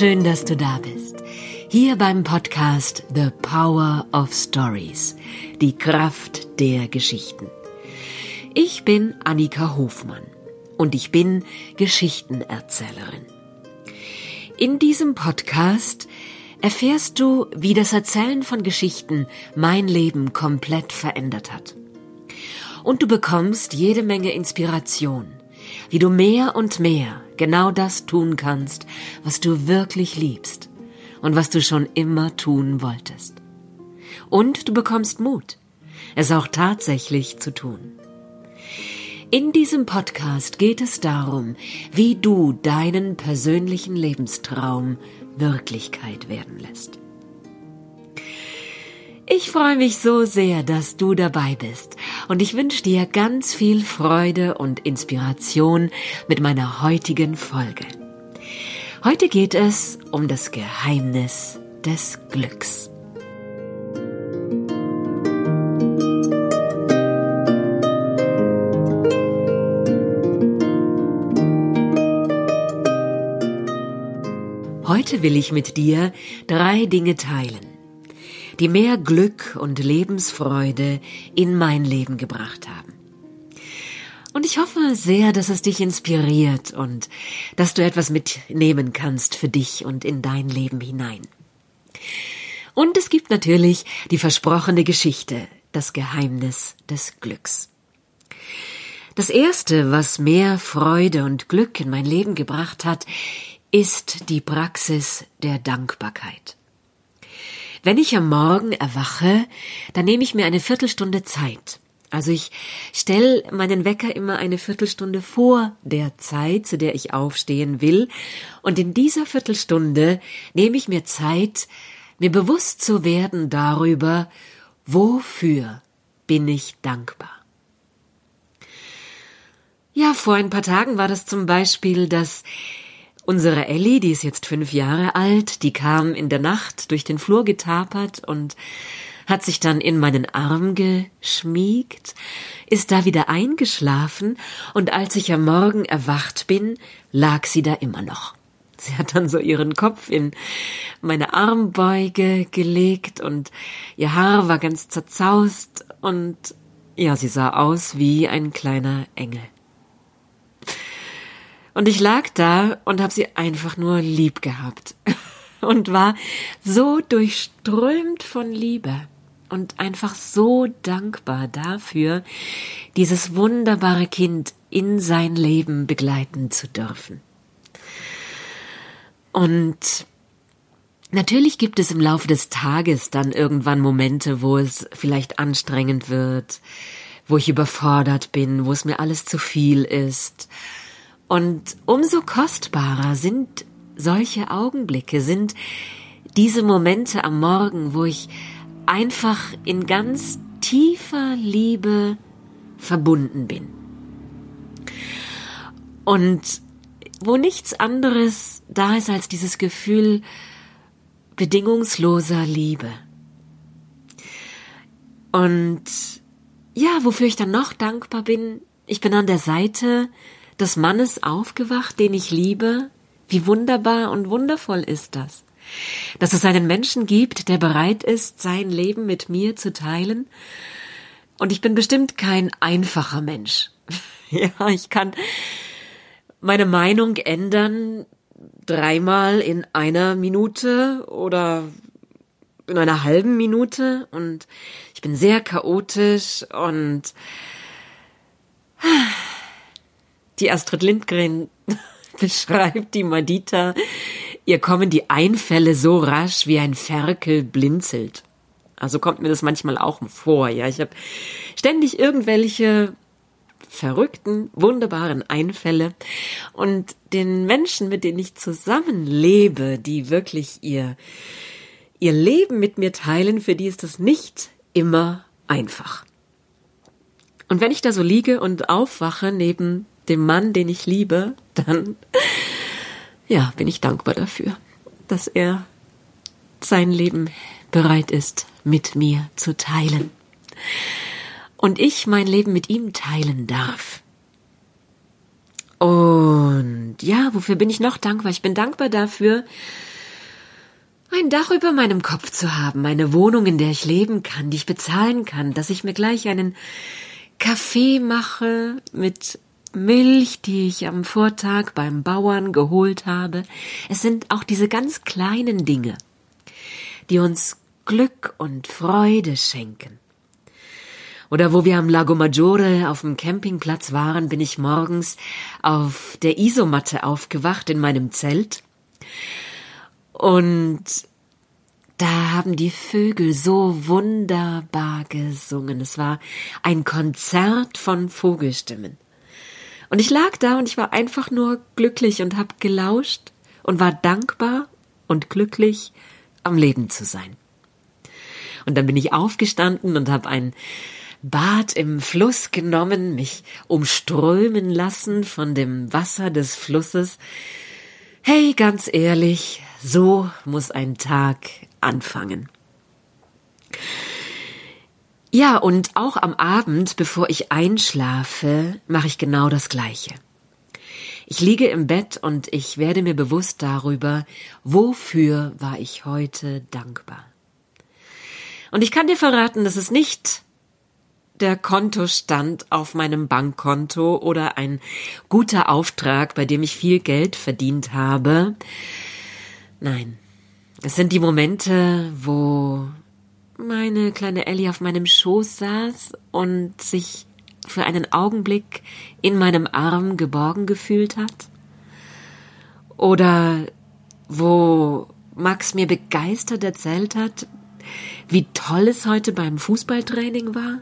schön, dass du da bist. Hier beim Podcast The Power of Stories, die Kraft der Geschichten. Ich bin Annika Hofmann und ich bin Geschichtenerzählerin. In diesem Podcast erfährst du, wie das Erzählen von Geschichten mein Leben komplett verändert hat. Und du bekommst jede Menge Inspiration, wie du mehr und mehr genau das tun kannst, was du wirklich liebst und was du schon immer tun wolltest. Und du bekommst Mut, es auch tatsächlich zu tun. In diesem Podcast geht es darum, wie du deinen persönlichen Lebenstraum Wirklichkeit werden lässt. Ich freue mich so sehr, dass du dabei bist und ich wünsche dir ganz viel Freude und Inspiration mit meiner heutigen Folge. Heute geht es um das Geheimnis des Glücks. Heute will ich mit dir 3 Dinge teilen, die mehr Glück und Lebensfreude in mein Leben gebracht haben. Und ich hoffe sehr, dass es dich inspiriert und dass du etwas mitnehmen kannst für dich und in dein Leben hinein. Und es gibt natürlich die versprochene Geschichte, das Geheimnis des Glücks. Das Erste, was mehr Freude und Glück in mein Leben gebracht hat, ist die Praxis der Dankbarkeit. Wenn ich am Morgen erwache, dann nehme ich mir eine Viertelstunde Zeit. Also ich stelle meinen Wecker immer eine Viertelstunde vor der Zeit, zu der ich aufstehen will. Und in dieser Viertelstunde nehme ich mir Zeit, mir bewusst zu werden darüber, wofür bin ich dankbar. Ja, vor ein paar Tagen war das zum Beispiel, dass unsere Elli, die ist jetzt 5 Jahre alt, die kam in der Nacht durch den Flur getapert und hat sich dann in meinen Arm geschmiegt, ist da wieder eingeschlafen und als ich am Morgen erwacht bin, lag sie da immer noch. Sie hat dann so ihren Kopf in meine Armbeuge gelegt und ihr Haar war ganz zerzaust und ja, sie sah aus wie ein kleiner Engel. Und ich lag da und habe sie einfach nur lieb gehabt und war so durchströmt von Liebe und einfach so dankbar dafür, dieses wunderbare Kind in sein Leben begleiten zu dürfen. Und natürlich gibt es im Laufe des Tages dann irgendwann Momente, wo es vielleicht anstrengend wird, wo ich überfordert bin, wo es mir alles zu viel ist. Und umso kostbarer sind solche Augenblicke, sind diese Momente am Morgen, wo ich einfach in ganz tiefer Liebe verbunden bin. Und wo nichts anderes da ist als dieses Gefühl bedingungsloser Liebe. Und ja, wofür ich dann noch dankbar bin, ich bin an der Seite des Mannes aufgewacht, den ich liebe. Wie wunderbar und wundervoll ist das. Dass es einen Menschen gibt, der bereit ist, sein Leben mit mir zu teilen. Und ich bin bestimmt kein einfacher Mensch. Ja, ich kann meine Meinung ändern 3-mal in 1 Minute oder in einer halben Minute. Und ich bin sehr chaotisch und die Astrid Lindgren beschreibt die Madita, ihr kommen die Einfälle so rasch, wie ein Ferkel blinzelt. Also kommt mir das manchmal auch vor, ja. Ich habe ständig irgendwelche verrückten, wunderbaren Einfälle. Und den Menschen, mit denen ich zusammenlebe, die wirklich ihr Leben mit mir teilen, für die ist das nicht immer einfach. Und wenn ich da so liege und aufwache neben dem Mann, den ich liebe, dann ja, bin ich dankbar dafür, dass er sein Leben bereit ist, mit mir zu teilen. Und ich mein Leben mit ihm teilen darf. Und ja, wofür bin ich noch dankbar? Ich bin dankbar dafür, ein Dach über meinem Kopf zu haben, eine Wohnung, in der ich leben kann, die ich bezahlen kann, dass ich mir gleich einen Kaffee mache mit Milch, die ich am Vortag beim Bauern geholt habe. Es sind auch diese ganz kleinen Dinge, die uns Glück und Freude schenken. Oder wo wir am Lago Maggiore auf dem Campingplatz waren, bin ich morgens auf der Isomatte aufgewacht in meinem Zelt. Und da haben die Vögel so wunderbar gesungen. Es war ein Konzert von Vogelstimmen. Und ich lag da und ich war einfach nur glücklich und habe gelauscht und war dankbar und glücklich, am Leben zu sein. Und dann bin ich aufgestanden und habe ein Bad im Fluss genommen, mich umströmen lassen von dem Wasser des Flusses. Hey, ganz ehrlich, so muss ein Tag anfangen. Ja, und auch am Abend, bevor ich einschlafe, mache ich genau das Gleiche. Ich liege im Bett und ich werde mir bewusst darüber, wofür war ich heute dankbar. Und ich kann dir verraten, das ist nicht der Kontostand auf meinem Bankkonto oder ein guter Auftrag, bei dem ich viel Geld verdient habe. Nein, es sind die Momente, wo meine kleine Ellie auf meinem Schoß saß und sich für einen Augenblick in meinem Arm geborgen gefühlt hat. Oder wo Max mir begeistert erzählt hat, wie toll es heute beim Fußballtraining war.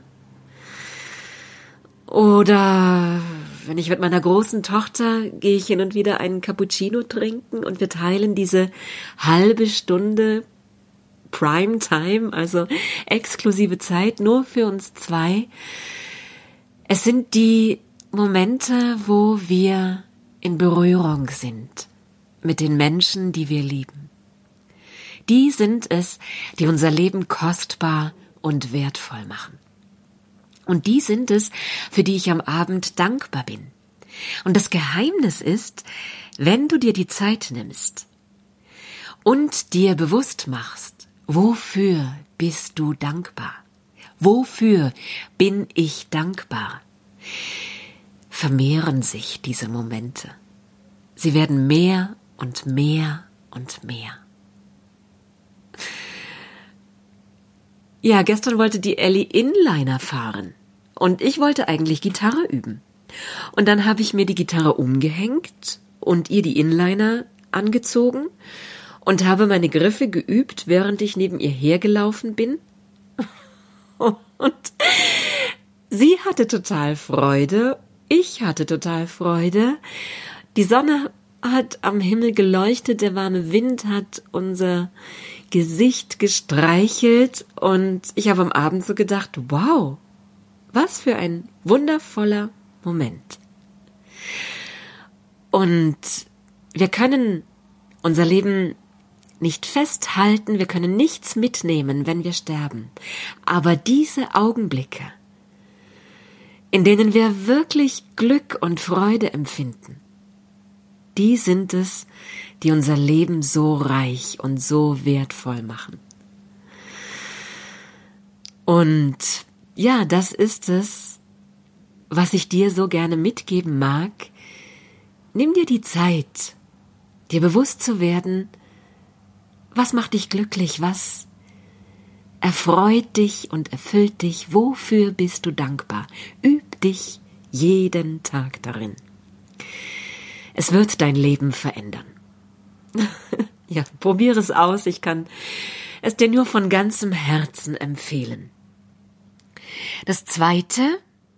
Oder wenn ich mit meiner großen Tochter gehe ich hin und wieder einen Cappuccino trinken und wir teilen diese halbe Stunde Primetime, also exklusive Zeit nur für uns zwei. Es sind die Momente, wo wir in Berührung sind mit den Menschen, die wir lieben. Die sind es, die unser Leben kostbar und wertvoll machen. Und die sind es, für die ich am Abend dankbar bin. Und das Geheimnis ist, wenn du dir die Zeit nimmst und dir bewusst machst, wofür bist du dankbar? Wofür bin ich dankbar? Vermehren sich diese Momente. Sie werden mehr und mehr und mehr. Ja, gestern wollte die Ellie Inliner fahren und ich wollte eigentlich Gitarre üben. Und dann habe ich mir die Gitarre umgehängt und ihr die Inliner angezogen und habe meine Griffe geübt, während ich neben ihr hergelaufen bin. Und sie hatte total Freude, ich hatte total Freude. Die Sonne hat am Himmel geleuchtet, der warme Wind hat unser Gesicht gestreichelt und ich habe am Abend so gedacht, wow, was für ein wundervoller Moment. Und wir können unser Leben nicht festhalten, wir können nichts mitnehmen, wenn wir sterben. Aber diese Augenblicke, in denen wir wirklich Glück und Freude empfinden, die sind es, die unser Leben so reich und so wertvoll machen. Und ja, das ist es, was ich dir so gerne mitgeben mag. Nimm dir die Zeit, dir bewusst zu werden, was macht dich glücklich, was erfreut dich und erfüllt dich, wofür bist du dankbar? Üb dich jeden Tag darin. Es wird dein Leben verändern. Ja, probiere es aus, ich kann es dir nur von ganzem Herzen empfehlen. Das Zweite,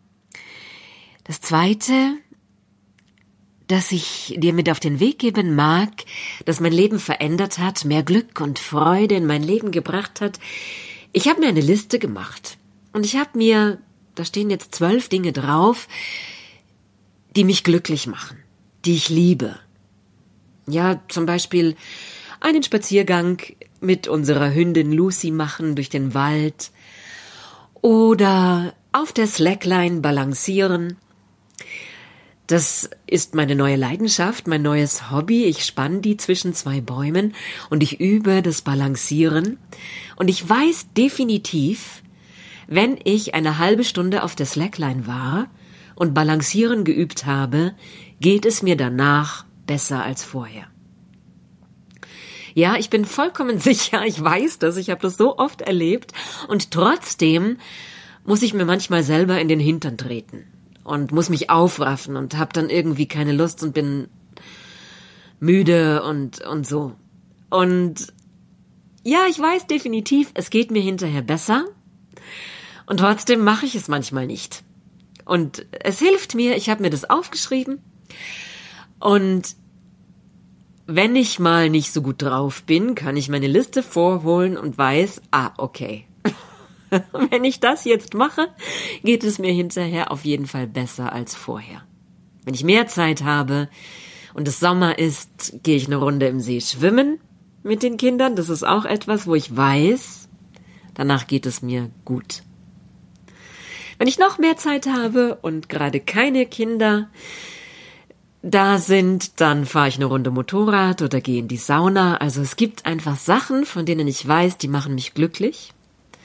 das ich dir mit auf den Weg geben mag, das mein Leben verändert hat, mehr Glück und Freude in mein Leben gebracht hat. Ich habe mir eine Liste gemacht und ich habe mir, da stehen jetzt 12 Dinge drauf, die mich glücklich machen, die ich liebe. Ja, zum Beispiel einen Spaziergang mit unserer Hündin Lucy machen durch den Wald oder auf der Slackline balancieren. Das ist meine neue Leidenschaft, mein neues Hobby. Ich spanne die zwischen 2 Bäumen und ich übe das Balancieren. Und ich weiß definitiv, wenn ich eine halbe Stunde auf der Slackline war und Balancieren geübt habe, geht es mir danach besser als vorher. Ja, ich bin vollkommen sicher, ich weiß das, ich habe das so oft erlebt und trotzdem muss ich mir manchmal selber in den Hintern treten und muss mich aufraffen und habe dann irgendwie keine Lust und bin müde und so. Und ja, ich weiß definitiv, es geht mir hinterher besser und trotzdem mache ich es manchmal nicht. Und es hilft mir, ich habe mir das aufgeschrieben und wenn ich mal nicht so gut drauf bin, kann ich meine Liste vorholen und weiß, okay. Wenn ich das jetzt mache, geht es mir hinterher auf jeden Fall besser als vorher. Wenn ich mehr Zeit habe und es Sommer ist, gehe ich eine Runde im See schwimmen mit den Kindern. Das ist auch etwas, wo ich weiß, danach geht es mir gut. Wenn ich noch mehr Zeit habe und gerade keine Kinder da sind, dann fahre ich eine Runde Motorrad oder gehe in die Sauna. Also es gibt einfach Sachen, von denen ich weiß, die machen mich glücklich.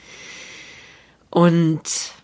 Und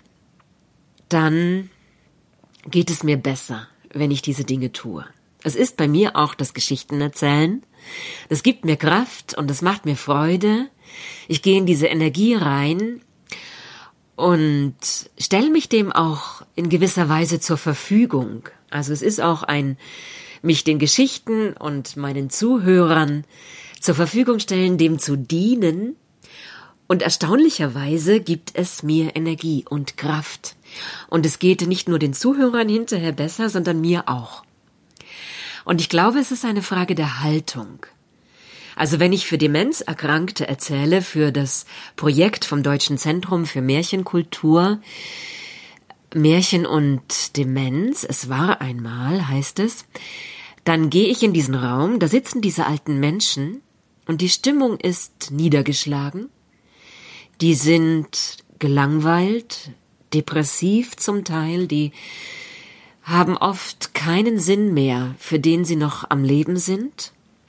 dann geht es mir besser, wenn ich diese Dinge tue. Es ist bei mir auch das Geschichtenerzählen. Das gibt mir Kraft und das macht mir Freude. Ich gehe in diese Energie rein und stelle mich dem auch in gewisser Weise zur Verfügung. Also es ist auch mich den Geschichten und meinen Zuhörern zur Verfügung stellen, dem zu dienen. Und erstaunlicherweise gibt es mir Energie und Kraft. Und es geht nicht nur den Zuhörern hinterher besser, sondern mir auch. Und ich glaube, es ist eine Frage der Haltung. Also wenn ich für Demenzerkrankte erzähle, für das Projekt vom Deutschen Zentrum für Märchenkultur, Märchen und Demenz, es war einmal, heißt es, dann gehe ich in diesen Raum, da sitzen diese alten Menschen und die Stimmung ist niedergeschlagen, die sind gelangweilt, depressiv zum Teil, die haben oft keinen Sinn mehr, für den sie noch am Leben sind.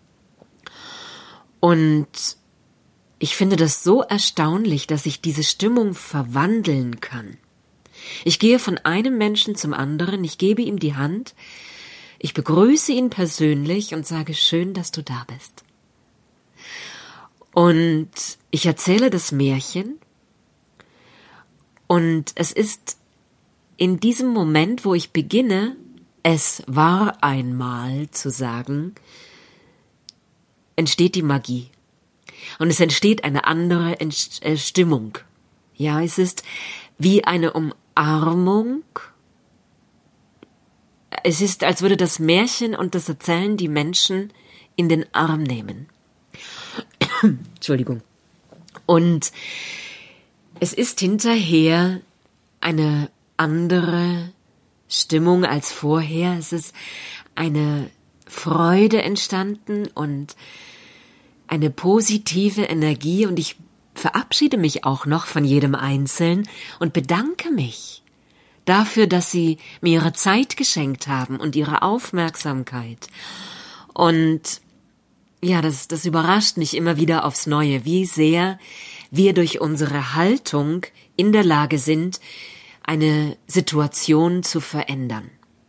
Und ich finde das so erstaunlich, dass ich diese Stimmung verwandeln kann. Ich gehe von einem Menschen zum anderen, ich gebe ihm die Hand, ich begrüße ihn persönlich und sage, schön, dass du da bist. Und ich erzähle das Märchen und es ist in diesem Moment, wo ich beginne, es war einmal zu sagen, entsteht die Magie. Und es entsteht eine andere Stimmung. Ja, es ist wie eine Umarmung. Es ist, als würde das Märchen und das Erzählen die Menschen in den Arm nehmen. Entschuldigung. Und es ist hinterher eine andere Stimmung als vorher. Es ist eine Freude entstanden und eine positive Energie und ich verabschiede mich auch noch von jedem Einzelnen und bedanke mich dafür, dass sie mir ihre Zeit geschenkt haben und ihre Aufmerksamkeit. Und ja, das überrascht mich immer wieder aufs Neue, wie sehr wir durch unsere Haltung in der Lage sind, eine Situation zu verändern.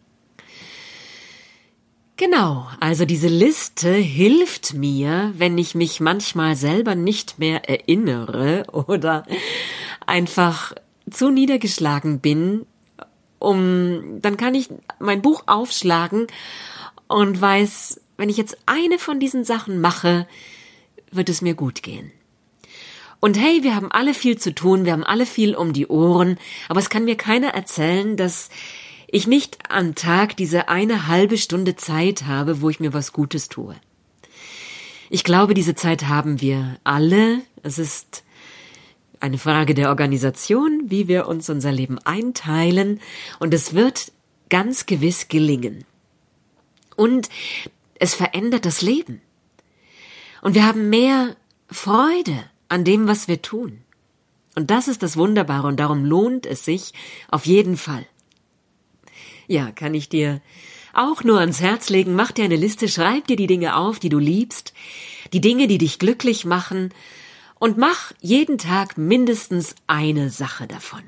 Genau, also diese Liste hilft mir, wenn ich mich manchmal selber nicht mehr erinnere oder einfach zu niedergeschlagen bin, dann kann ich mein Buch aufschlagen und weiß, wenn ich jetzt eine von diesen Sachen mache, wird es mir gut gehen. Und hey, wir haben alle viel zu tun, wir haben alle viel um die Ohren, aber es kann mir keiner erzählen, dass ich nicht am Tag diese eine halbe Stunde Zeit habe, wo ich mir was Gutes tue. Ich glaube, diese Zeit haben wir alle. Es ist eine Frage der Organisation, wie wir uns unser Leben einteilen, und es wird ganz gewiss gelingen. Und es verändert das Leben. Und wir haben mehr Freude an dem, was wir tun. Und das ist das Wunderbare und darum lohnt es sich auf jeden Fall. Ja, kann ich dir auch nur ans Herz legen. Mach dir eine Liste, schreib dir die Dinge auf, die du liebst, die Dinge, die dich glücklich machen und mach jeden Tag mindestens eine Sache davon.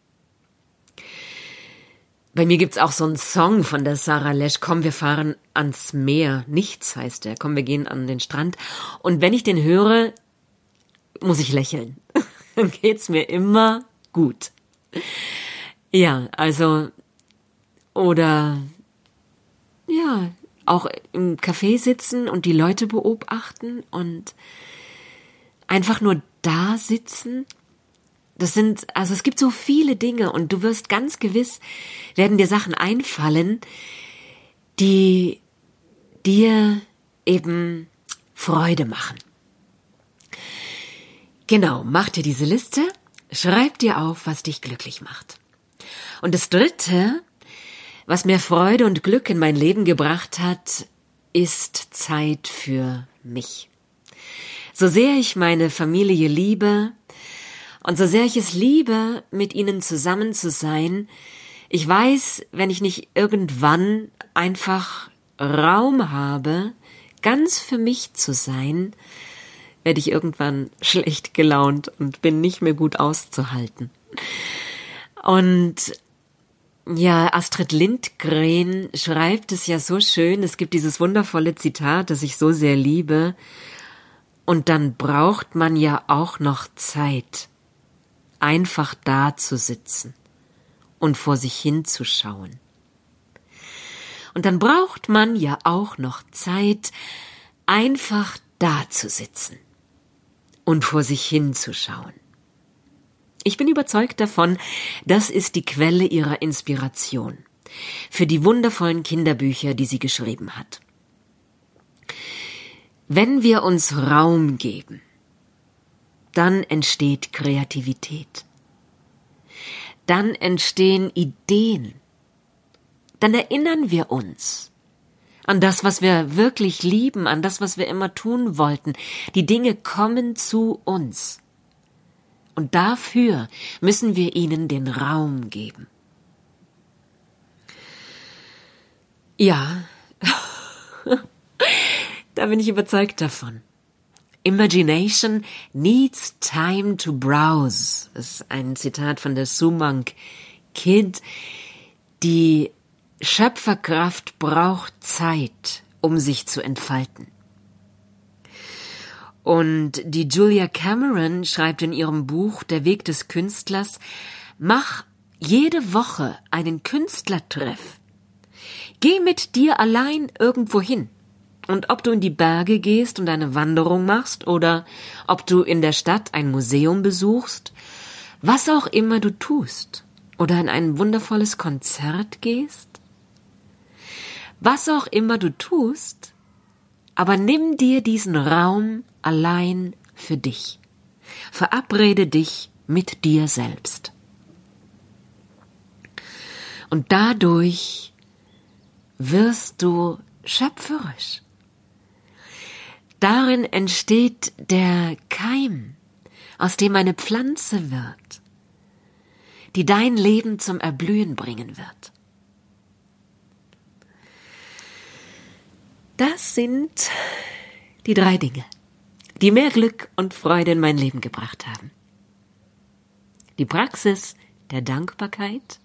Bei mir gibt's auch so einen Song von der Sarah Lesch, komm, wir fahren ans Meer. Nichts heißt der, komm, wir gehen an den Strand. Und wenn ich den höre, muss ich lächeln. Dann geht's mir immer gut. Ja, also, oder, ja, auch im Café sitzen und die Leute beobachten und einfach nur da sitzen. Also es gibt so viele Dinge und du wirst ganz gewiss, werden dir Sachen einfallen, die dir eben Freude machen. Genau, mach dir diese Liste, schreib dir auf, was dich glücklich macht. Und das Dritte, was mir Freude und Glück in mein Leben gebracht hat, ist Zeit für mich. So sehr ich meine Familie liebe und so sehr ich es liebe, mit ihnen zusammen zu sein, ich weiß, wenn ich nicht irgendwann einfach Raum habe, ganz für mich zu sein, werde ich irgendwann schlecht gelaunt und bin nicht mehr gut auszuhalten. Und ja, Astrid Lindgren schreibt es ja so schön, es gibt dieses wundervolle Zitat, das ich so sehr liebe, und dann braucht man ja auch noch Zeit, einfach da zu sitzen und vor sich hinzuschauen. Und dann braucht man ja auch noch Zeit, einfach da zu sitzen und vor sich hinzuschauen. Ich bin überzeugt davon, das ist die Quelle ihrer Inspiration für die wundervollen Kinderbücher, die sie geschrieben hat. Wenn wir uns Raum geben, dann entsteht Kreativität. Dann entstehen Ideen. Dann erinnern wir uns an das, was wir wirklich lieben, an das, was wir immer tun wollten. Die Dinge kommen zu uns. Und dafür müssen wir ihnen den Raum geben. Ja, da bin ich überzeugt davon. Imagination needs time to browse. Das ist ein Zitat von der Sumonk Kid. Die Schöpferkraft braucht Zeit, um sich zu entfalten. Und die Julia Cameron schreibt in ihrem Buch Der Weg des Künstlers, mach jede Woche einen Künstlertreff. Geh mit dir allein irgendwo hin. Und ob du in die Berge gehst und eine Wanderung machst oder ob du in der Stadt ein Museum besuchst, was auch immer du tust oder in ein wundervolles Konzert gehst, was auch immer du tust, aber nimm dir diesen Raum allein für dich. Verabrede dich mit dir selbst. Und dadurch wirst du schöpferisch. Darin entsteht der Keim, aus dem eine Pflanze wird, die dein Leben zum Erblühen bringen wird. Das sind die 3 Dinge, die mehr Glück und Freude in mein Leben gebracht haben. Die Praxis der Dankbarkeit.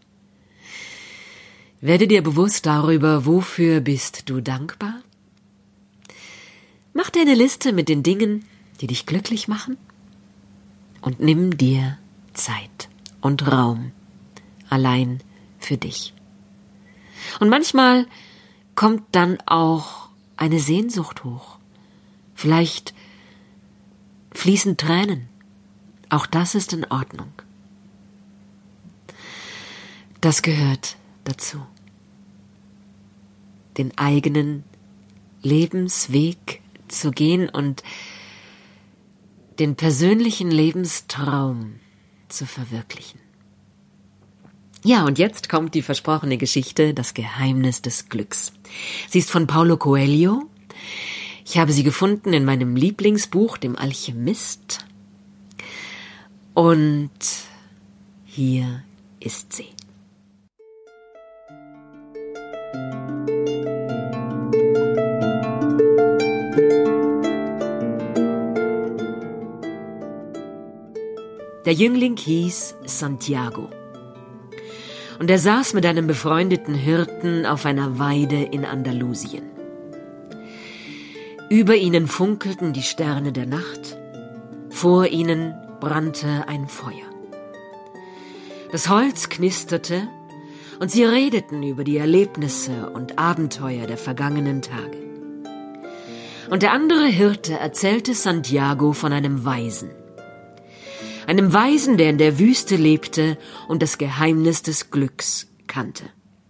Werde dir bewusst darüber, wofür bist du dankbar? Mach dir eine Liste mit den Dingen, die dich glücklich machen und nimm dir Zeit und Raum allein für dich. Und manchmal kommt dann auch eine Sehnsucht hoch. Vielleicht fließen Tränen. Auch das ist in Ordnung. Das gehört dazu. Den eigenen Lebensweg zu gehen und den persönlichen Lebenstraum zu verwirklichen. Ja, und jetzt kommt die versprochene Geschichte, das Geheimnis des Glücks. Sie ist von Paulo Coelho. Ich habe sie gefunden in meinem Lieblingsbuch, dem Alchemist. Und hier ist sie. Der Jüngling hieß Santiago. Und er saß mit einem befreundeten Hirten auf einer Weide in Andalusien. Über ihnen funkelten die Sterne der Nacht, vor ihnen brannte ein Feuer. Das Holz knisterte und sie redeten über die Erlebnisse und Abenteuer der vergangenen Tage. Und der andere Hirte erzählte Santiago von einem Weisen, der in der Wüste lebte und das Geheimnis des Glücks kannte.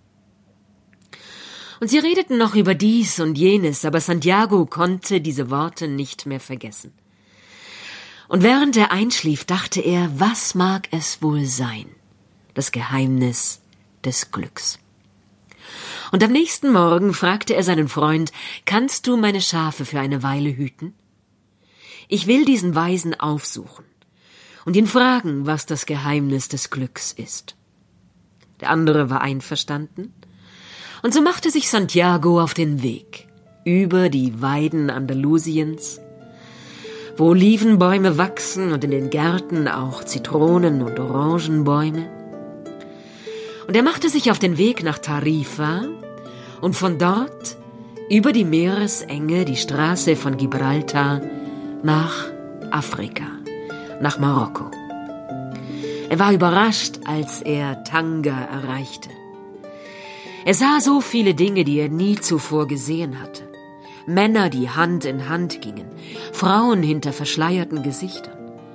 Und sie redeten noch über dies und jenes, aber Santiago konnte diese Worte nicht mehr vergessen. Und während er einschlief, dachte er, was mag es wohl sein? Das Geheimnis des Glücks. Und am nächsten Morgen fragte er seinen Freund, kannst du meine Schafe für eine Weile hüten? Ich will diesen Weisen aufsuchen und ihn fragen, was das Geheimnis des Glücks ist. Der andere war einverstanden, und so machte sich Santiago auf den Weg über die Weiden Andalusiens, wo Olivenbäume wachsen und in den Gärten auch Zitronen- und Orangenbäume. Und er machte sich auf den Weg nach Tarifa und von dort über die Meeresenge die Straße von Gibraltar nach Afrika, nach Marokko. Er war überrascht, als er Tanga erreichte. Er sah so viele Dinge, die er nie zuvor gesehen hatte. Männer, die Hand in Hand gingen, Frauen hinter verschleierten Gesichtern.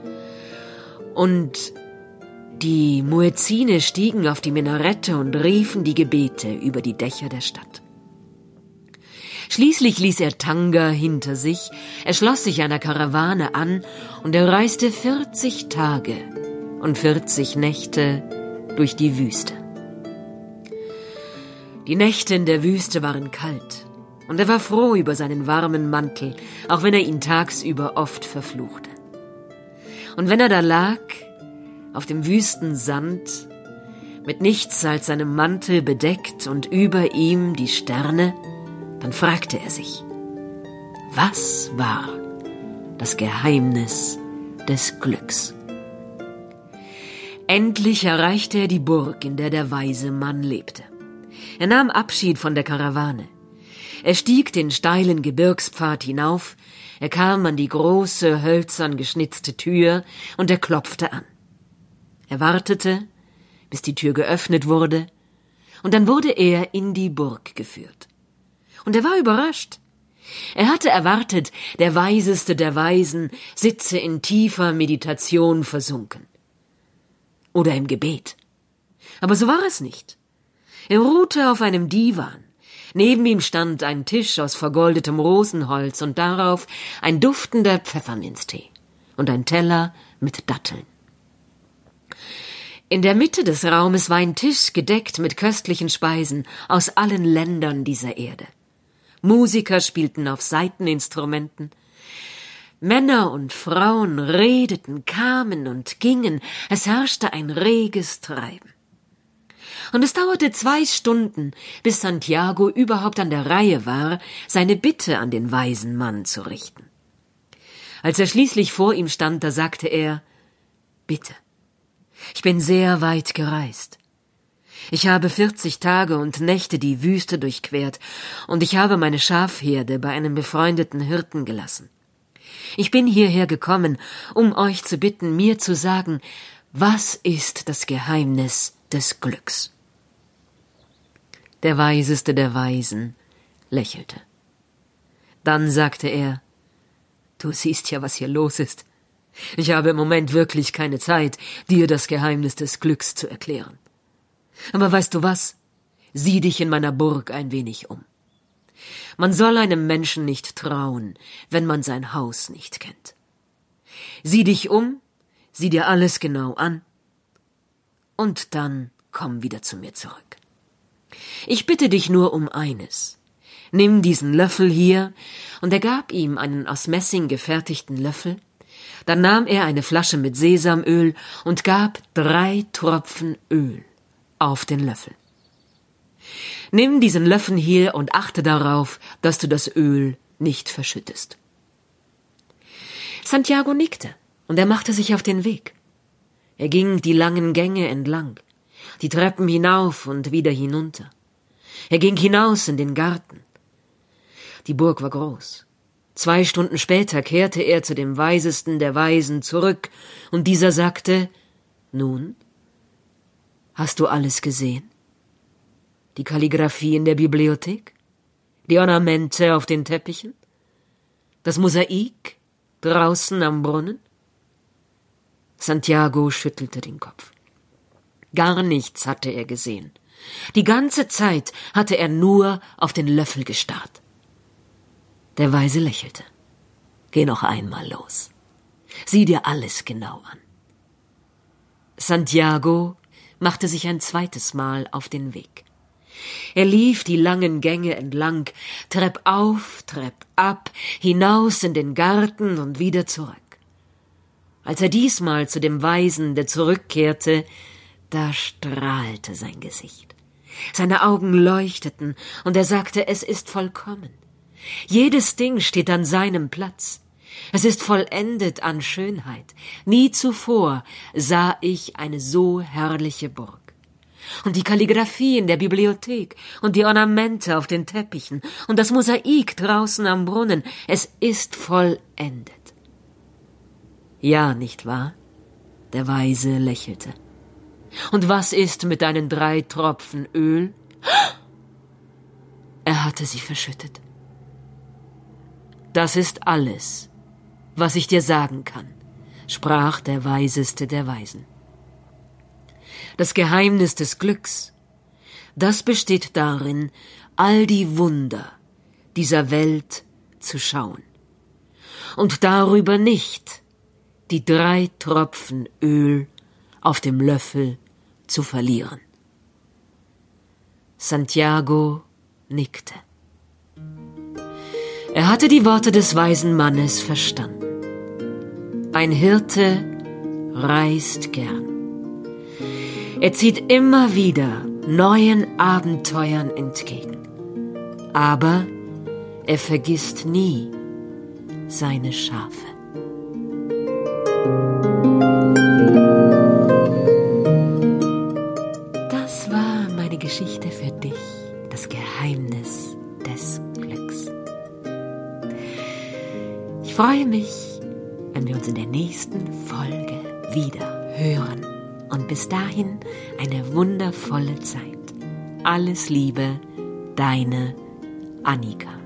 Und die Muezzine stiegen auf die Minarette und riefen die Gebete über die Dächer der Stadt. Schließlich ließ er Tanga hinter sich, er schloss sich einer Karawane an und er reiste 40 Tage und 40 Nächte durch die Wüste. Die Nächte in der Wüste waren kalt, und er war froh über seinen warmen Mantel, auch wenn er ihn tagsüber oft verfluchte. Und wenn er da lag, auf dem wüsten Sand, mit nichts als seinem Mantel bedeckt und über ihm die Sterne, dann fragte er sich, was war das Geheimnis des Glücks? Endlich erreichte er die Burg, in der der weise Mann lebte. Er nahm Abschied von der Karawane. Er stieg den steilen Gebirgspfad hinauf, er kam an die große, hölzern geschnitzte Tür und er klopfte an. Er wartete, bis die Tür geöffnet wurde, und dann wurde er in die Burg geführt. Und er war überrascht. Er hatte erwartet, der Weiseste der Weisen sitze in tiefer Meditation versunken. Oder im Gebet. Aber so war es nicht. Er ruhte auf einem Diwan. Neben ihm stand ein Tisch aus vergoldetem Rosenholz und darauf ein duftender Pfefferminztee und ein Teller mit Datteln. In der Mitte des Raumes war ein Tisch gedeckt mit köstlichen Speisen aus allen Ländern dieser Erde. Musiker spielten auf Saiteninstrumenten. Männer und Frauen redeten, kamen und gingen. Es herrschte ein reges Treiben. Und es dauerte 2 Stunden, bis Santiago überhaupt an der Reihe war, seine Bitte an den weisen Mann zu richten. Als er schließlich vor ihm stand, da sagte er, »Bitte, ich bin sehr weit gereist. Ich habe 40 Tage und Nächte die Wüste durchquert, und ich habe meine Schafherde bei einem befreundeten Hirten gelassen. Ich bin hierher gekommen, um euch zu bitten, mir zu sagen, was ist das Geheimnis des Glücks?« Der Weiseste der Weisen lächelte. Dann sagte er, »Du siehst ja, was hier los ist. Ich habe im Moment wirklich keine Zeit, dir das Geheimnis des Glücks zu erklären. Aber weißt du was? Sieh dich in meiner Burg ein wenig um. Man soll einem Menschen nicht trauen, wenn man sein Haus nicht kennt. Sieh dich um, sieh dir alles genau an, und dann komm wieder zu mir zurück. Ich bitte dich nur um eines. Nimm diesen Löffel hier, und er gab ihm einen aus Messing gefertigten Löffel. Dann nahm er eine Flasche mit Sesamöl und gab 3 Tropfen Öl auf den Löffel. Nimm diesen Löffel hier und achte darauf, dass du das Öl nicht verschüttest. Santiago nickte, und er machte sich auf den Weg. Er ging die langen Gänge entlang, die Treppen hinauf und wieder hinunter. Er ging hinaus in den Garten. Die Burg war groß. 2 Stunden später kehrte er zu dem Weisesten der Weisen zurück, und dieser sagte: »Nun, hast du alles gesehen? Die Kalligraphie in der Bibliothek? Die Ornamente auf den Teppichen? Das Mosaik draußen am Brunnen?« Santiago schüttelte den Kopf. Gar nichts hatte er gesehen. Die ganze Zeit hatte er nur auf den Löffel gestarrt. Der Weise lächelte. »Geh noch einmal los. Sieh dir alles genau an.« Santiago machte sich ein zweites Mal auf den Weg. Er lief die langen Gänge entlang, Trepp auf, Trepp ab, hinaus in den Garten und wieder zurück. Als er diesmal zu dem Weisen, der zurückkehrte, da strahlte sein Gesicht. Seine Augen leuchteten, und er sagte: »Es ist vollkommen. Jedes Ding steht an seinem Platz. Es ist vollendet an Schönheit. Nie zuvor sah ich eine so herrliche Burg. Und die Kalligraphie in der Bibliothek und die Ornamente auf den Teppichen und das Mosaik draußen am Brunnen, es ist vollendet.« »Ja, nicht wahr?« Der Weise lächelte. »Und was ist mit deinen 3 Tropfen Öl?« Er hatte sie verschüttet. »Das ist alles, was ich dir sagen kann«, sprach der Weiseste der Weisen. »Das Geheimnis des Glücks, das besteht darin, all die Wunder dieser Welt zu schauen und darüber nicht die 3 Tropfen Öl auf dem Löffel zu verlieren.« Santiago nickte. Er hatte die Worte des weisen Mannes verstanden. Ein Hirte reist gern. Er zieht immer wieder neuen Abenteuern entgegen. Aber er vergisst nie seine Schafe. Das war meine Geschichte für dich, das Geheimnis des Glücks. Ich freue mich, wenn wir uns in der nächsten Folge wieder hören. Und bis dahin eine wundervolle Zeit. Alles Liebe, deine Annika.